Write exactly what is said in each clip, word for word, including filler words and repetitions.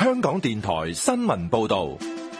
香港電台新聞報道。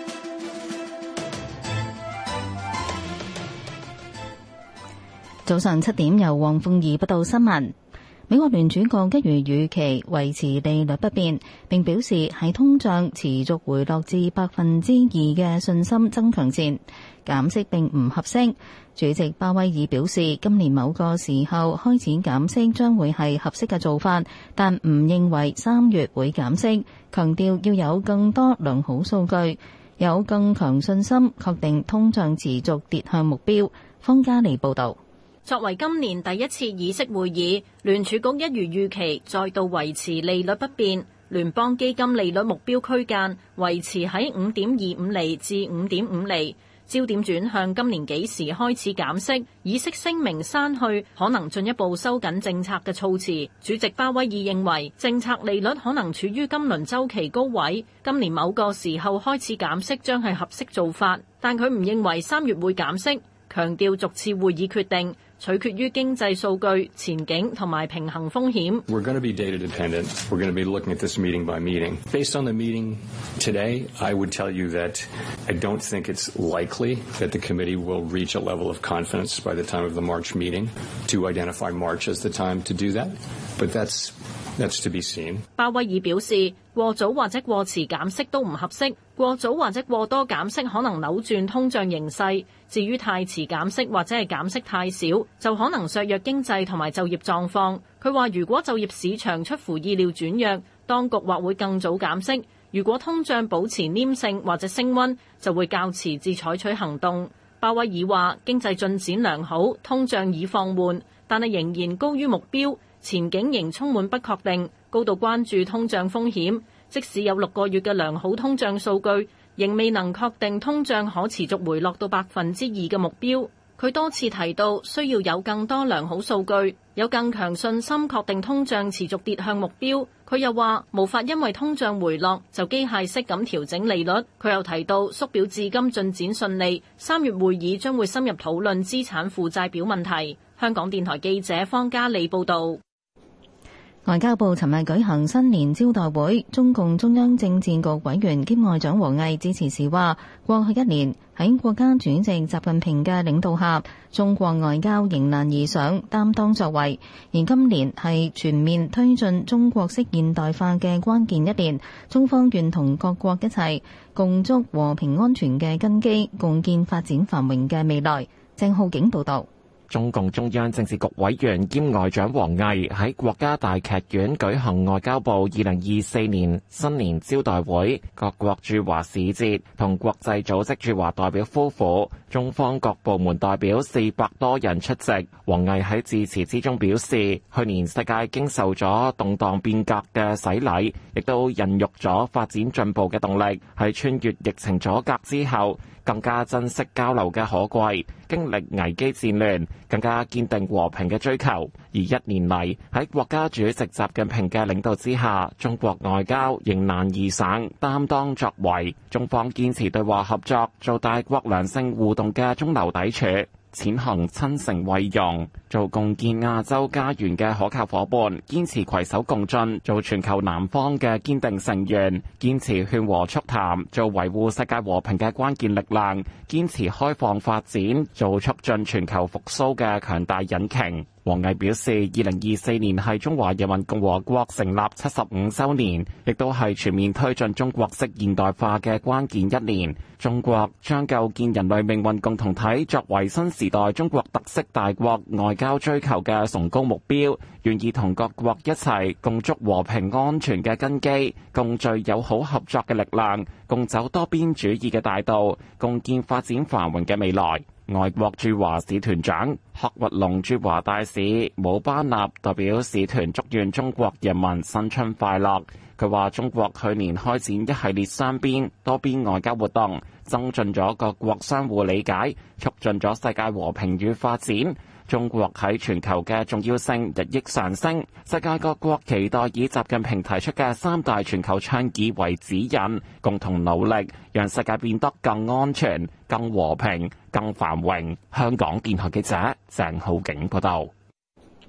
早上七點，由黃鳳儀報道新聞。美國聯儲局一如預期維持利率不變，並表示喺通脹持續回落至百分之二嘅信心增強前，減息並唔合適。主席鮑威爾表示，今年某個時候開始減息將會係合適嘅做法，但唔認為三月會減息，強調要有更多良好數據，有更強信心，確定通脹持續跌向目標。方嘉莉報導。 作為今年第一次議息會議，聯儲局一如預期再度維持利率不變，聯邦基金利率目標區間維持喺五點二五厘至五點五厘，焦點轉向今年幾時開始減息。議息聲明刪去可能進一步收緊政策嘅措辭。主席鮑威爾認為政策利率可能處於今輪週期高位，今年某個時候開始減息將係合適做法，但佢唔認為三月會減息，強調逐次會議決定取決於經濟數據、前景同埋平衡風險。 We're going to be data dependent. We're going to be looking at this meeting by meeting. Based on the meeting today, I would tell you that I don't think it's likely that the committee will reach a level of confidence by the time of the March meeting to identify March as the time to do that. But that's That's to be seen. 鮑威爾表示，過早或者過遲減息都唔合適，過早或者過多減息可能扭轉通脹形勢，至於太遲減息或者係減息太少，就可能削弱經濟同埋就業狀況。佢話如果就業市場出乎意料轉弱，當局或會更早減息；如果通脹保持黏性或者升溫，就會較遲至採取行動。鮑威爾話經濟進展良好，通脹已放緩，但係仍然高於目標。前景仍充滿不確定，高度關注通脹風險。即使有六個月嘅良好通脹數據，仍未能確定通脹可持續回落到百分之二嘅目標。佢多次提到需要有更多良好數據，有更強信心確定通脹持續跌向目標。佢又話無法因為通脹回落就機械式咁調整利率。佢又提到縮表至今進展順利，三月會議將會深入討論資產負債表問題。香港電台記者方嘉莉報導。 外交部尋日舉行新年招待會，中共中央政治局委員兼外長王毅致辭時話，過去一年喺國家主席習近平嘅領導下，中國外交迎難而上，擔當作為，而今年係全面推進中國式現代化嘅關鍵一年，中方願同各國一齊共築和平安全嘅根基，共建發展繁榮嘅未來。鄭浩景報道。 中共中央政治局委員兼外長王毅喺國家大劇院舉行外交部二零二四年新年招待會，各國駐華使節同國際組織駐華代表夫婦，中方各部門代表四百多人出席。王毅喺致辭之中表示，去年世界經受咗動盪變革嘅洗禮，亦都孕育咗發展進步嘅動力，喺穿越疫情阻隔之後，更加珍惜交流嘅可貴，經歷危機戰亂，更加堅定和平嘅追求。而一年嚟喺國家主席習近平嘅領導之下，中國外交迎難而上，擔當作為。中方堅持對話合作，做大國良性互動嘅中流砥柱，踐行親誠惠容，做共建亞洲家園嘅可靠夥伴，堅持攜手共進，做全球南方嘅堅定成員，堅持勸和促談，做維護世界和平嘅關鍵力量，堅持開放發展，做促進全球復甦嘅強大引擎。王毅表示，二零二四年係中華人民共和國成立七十五週年，亦都係全面推進中國式現代化嘅關鍵一年。中國將構建人類命運共同體作為新時代中國特色大國外交追求嘅崇高目標，願意同各國一齊共築和平安全嘅根基，共聚友好合作嘅力量，共走多邊主義嘅大道，共建發展繁榮嘅未來。外國駐華使團長賀活龍駐華大使姆巴納代表使團祝願中國人民新春快樂。佢話中國去年開展一系列雙邊、多邊外交活動，增進咗各國相互理解，促進咗世界和平與發展。中國喺全球嘅重要性日益上升，世界各國期待以習近平提出嘅三大全球倡議為指引，共同努力，讓世界變得更安全、更和平、更繁榮。香港電台記者鄭浩景報道。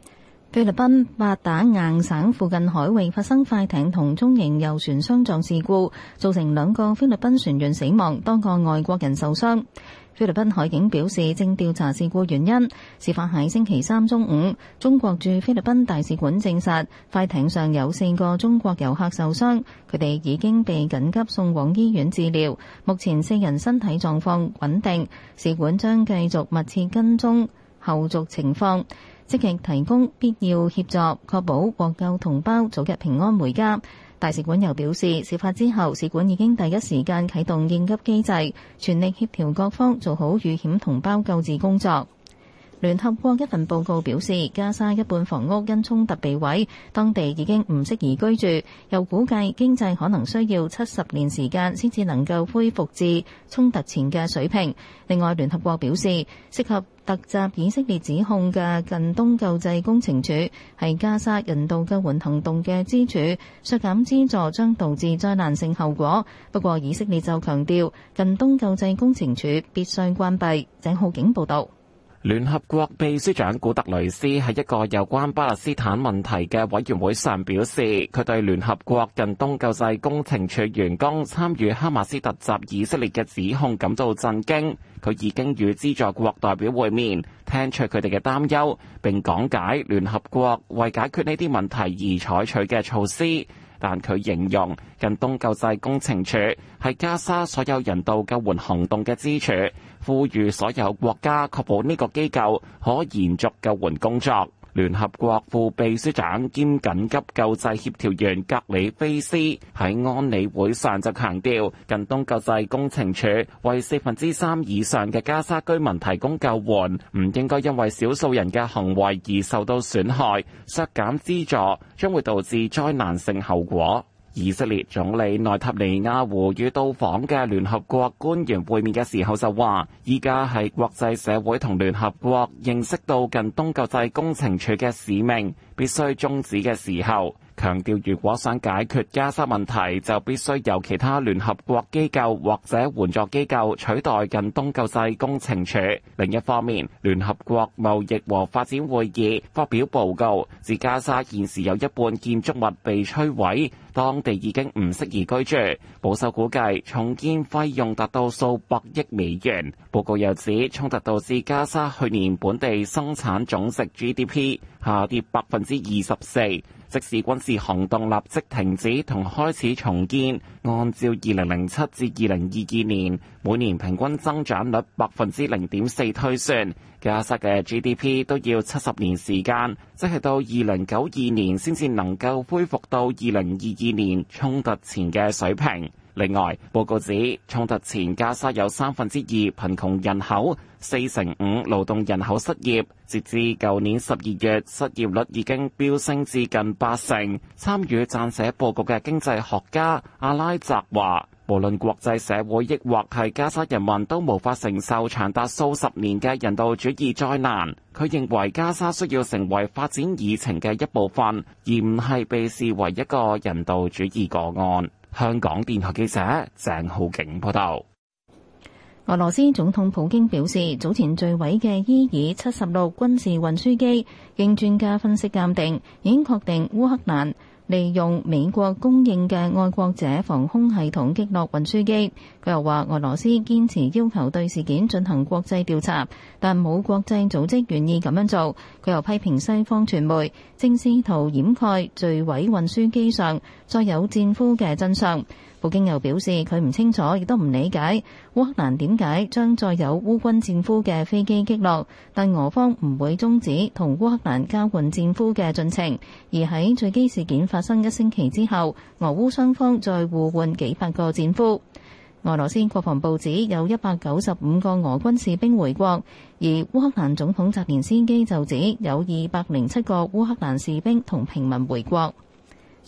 菲律賓八打硬省附近海域發生快艇同中型遊船相撞事故，造成兩個菲律賓船員死亡，多個外國人受傷。菲律賓海警表示正調查事故原因。事發喺星期三中午，中國駐菲律賓大使館證實快艇上有四個中國遊客受傷，佢哋已經被緊急送往醫院治療，目前四人身體狀況穩定。使館將繼續密切跟蹤後續情況，積極提供必要協助，確保獲救同胞早日平安回家。大使館又表示，事發之後，使館已經第一時間啟動應急機制，全力協調各方做好遇險同胞救治工作。聯合國一份報告表示，加沙一半房屋因衝突被毀，當地已經唔適宜居住，又估計經濟可能需要七十年時間先至能夠恢復至衝突前嘅水平。另外，聯合國表示，適合突襲以色列指控嘅近東救濟工程處係加沙人道救援行動嘅支柱，削減資助將導致災難性後果。不過，以色列就強調，近東救濟工程處必須關閉。鄭浩景報導。 聯合國秘書長古特雷斯喺一個有關巴勒斯坦問題嘅委員會上表示，佢對聯合國近東救濟工程處員工參與哈馬斯突襲以色列嘅指控感到震驚。佢已經與資助國代表會面，聽取佢哋嘅擔憂，並講解聯合國為解決呢啲問題而採取嘅措施。但佢形容近東救濟工程處係加沙所有人道救援行動嘅支柱，呼籲所有國家確保呢個機構可延續救援工作。聯合國副秘書長兼緊急救濟協調員格里菲斯喺安理會上就強調，近東救濟工程處為四分之三以上嘅加沙居民提供救援，唔應該因為少數人嘅行為而受到損害，削減資助將會導致災難性後果。以色列總理內塔尼亞胡與到訪嘅聯合國官員會面嘅時候就話，依家係國際社會同聯合國認識到近東救濟工程處嘅使命必須終止嘅時候，強調如果想解決加沙問題，就必須由其他聯合國機構或者援助機構取代近東救濟工程處。另一方面，聯合國貿易和發展會議發表報告，指加沙現時有一半建築物被摧毀，當地已經唔適宜居住，保守估計重建費用達到數百億美元。報告又指，衝突導致加沙去年本地生產總值 G D P 下跌百分之二十四。即使軍事行動立即停止同開始重建，按照二零零七至二零二二年每年平均增長率百分之零點四推算，加沙嘅 G D P 都要七十年時間，即係到二零九二年先至能夠恢復到二零二二年衝突前嘅水平。另外，報告指衝突前加沙有三分之二貧窮人口，四成五勞動人口失業。截至舊年十二月，失業率已經飆升至近八成。參與撰寫報告嘅經濟學家阿拉澤話，無論國際社會抑或係加沙人民都無法承受長達數十年嘅人道主義災難。佢認為加沙需要成為發展議程嘅一部分，而唔係被視為一個人道主義個案。香港電台記者鄭浩景報道。 俄羅斯總統普京表示，早前墜毀嘅伊爾七十六軍事運輸機，經專家分析鑑定，已經確定烏克蘭利用美國供應嘅愛國者防空系統擊落運輸機。佢又話，俄羅斯堅持要求對事件進行國際調查，但冇國際組織願意咁樣做。佢又批評西方傳媒正試圖掩蓋墜毀運輸機上載有戰俘嘅真相。普京又表示，佢唔清楚，亦都唔理解烏克蘭點解將載有烏軍戰俘嘅飛機擊落，但俄方唔會終止同烏克蘭交換戰俘嘅進程，而喺墜機事件發生一星期之後，俄烏雙方再互換幾百個戰俘。俄羅斯國防部指有一百九十五個俄軍士兵回國，而烏克蘭總統澤連斯基就指有二百零七個烏克蘭士兵同平民回國。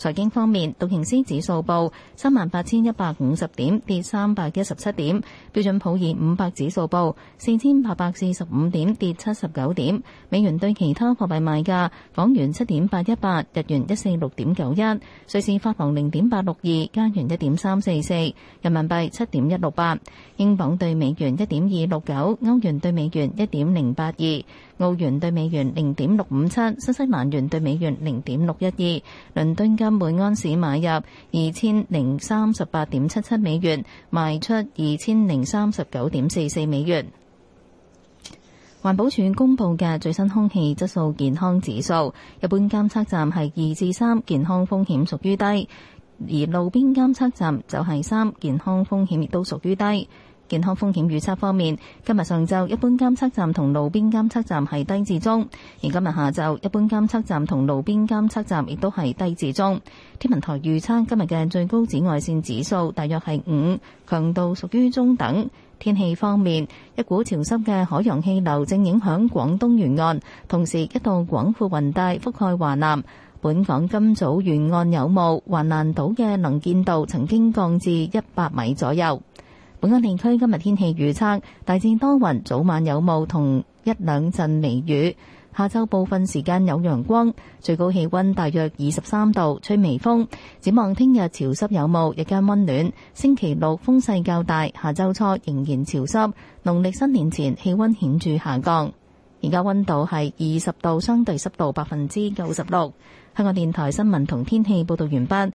財經方面，道瓊斯指數報三萬八千一百五十點，跌三百一十七點；標準普爾五百指數報四千八百四十五點，跌七十九點。美元對其他貨幣賣價：港元七點八一八，日元一四六點九一，瑞士法郎零點八六二，加元一點三四四，人民幣七點一六八，英鎊對美元一點二六九，歐元對美元一點零八二，澳元對美元零點六五七，新西蘭元對美元零點六一二。倫敦金每安士買入二千零三十八點七七美元，賣出二千零三十九點四四美元。環保署公布嘅最新空氣質素健康指數，一般監測站係二至三，健康風險屬於低；而路邊監測站就係三，健康風險亦都屬於低。健康風險預測方面，今日上晝一般監測站同路邊監測站係低至中，而今日下晝一般監測站同路邊監測站亦都係低至中。天文台預測今日嘅最高紫外線指數大約係五，強度屬於中等。天氣方面，一股潮濕嘅海洋氣流正影響廣東沿岸，同時一道廣闊雲帶覆蓋華南。本港今早沿岸有霧，橫瀾島嘅能見度曾經降至一百米左右。本港地區今日天氣預測，大致多雲，早晚有霧同一兩陣微雨，下晝部分時間有陽光，最高氣溫大約二十三度，吹微風。展望聽日潮濕有霧，日間溫暖。星期六風勢較大，下週初仍然潮濕。農曆新年前氣溫顯著下降。而家溫度係二十度，相對濕度百分之九十六。香港電台新聞同天氣報道完畢。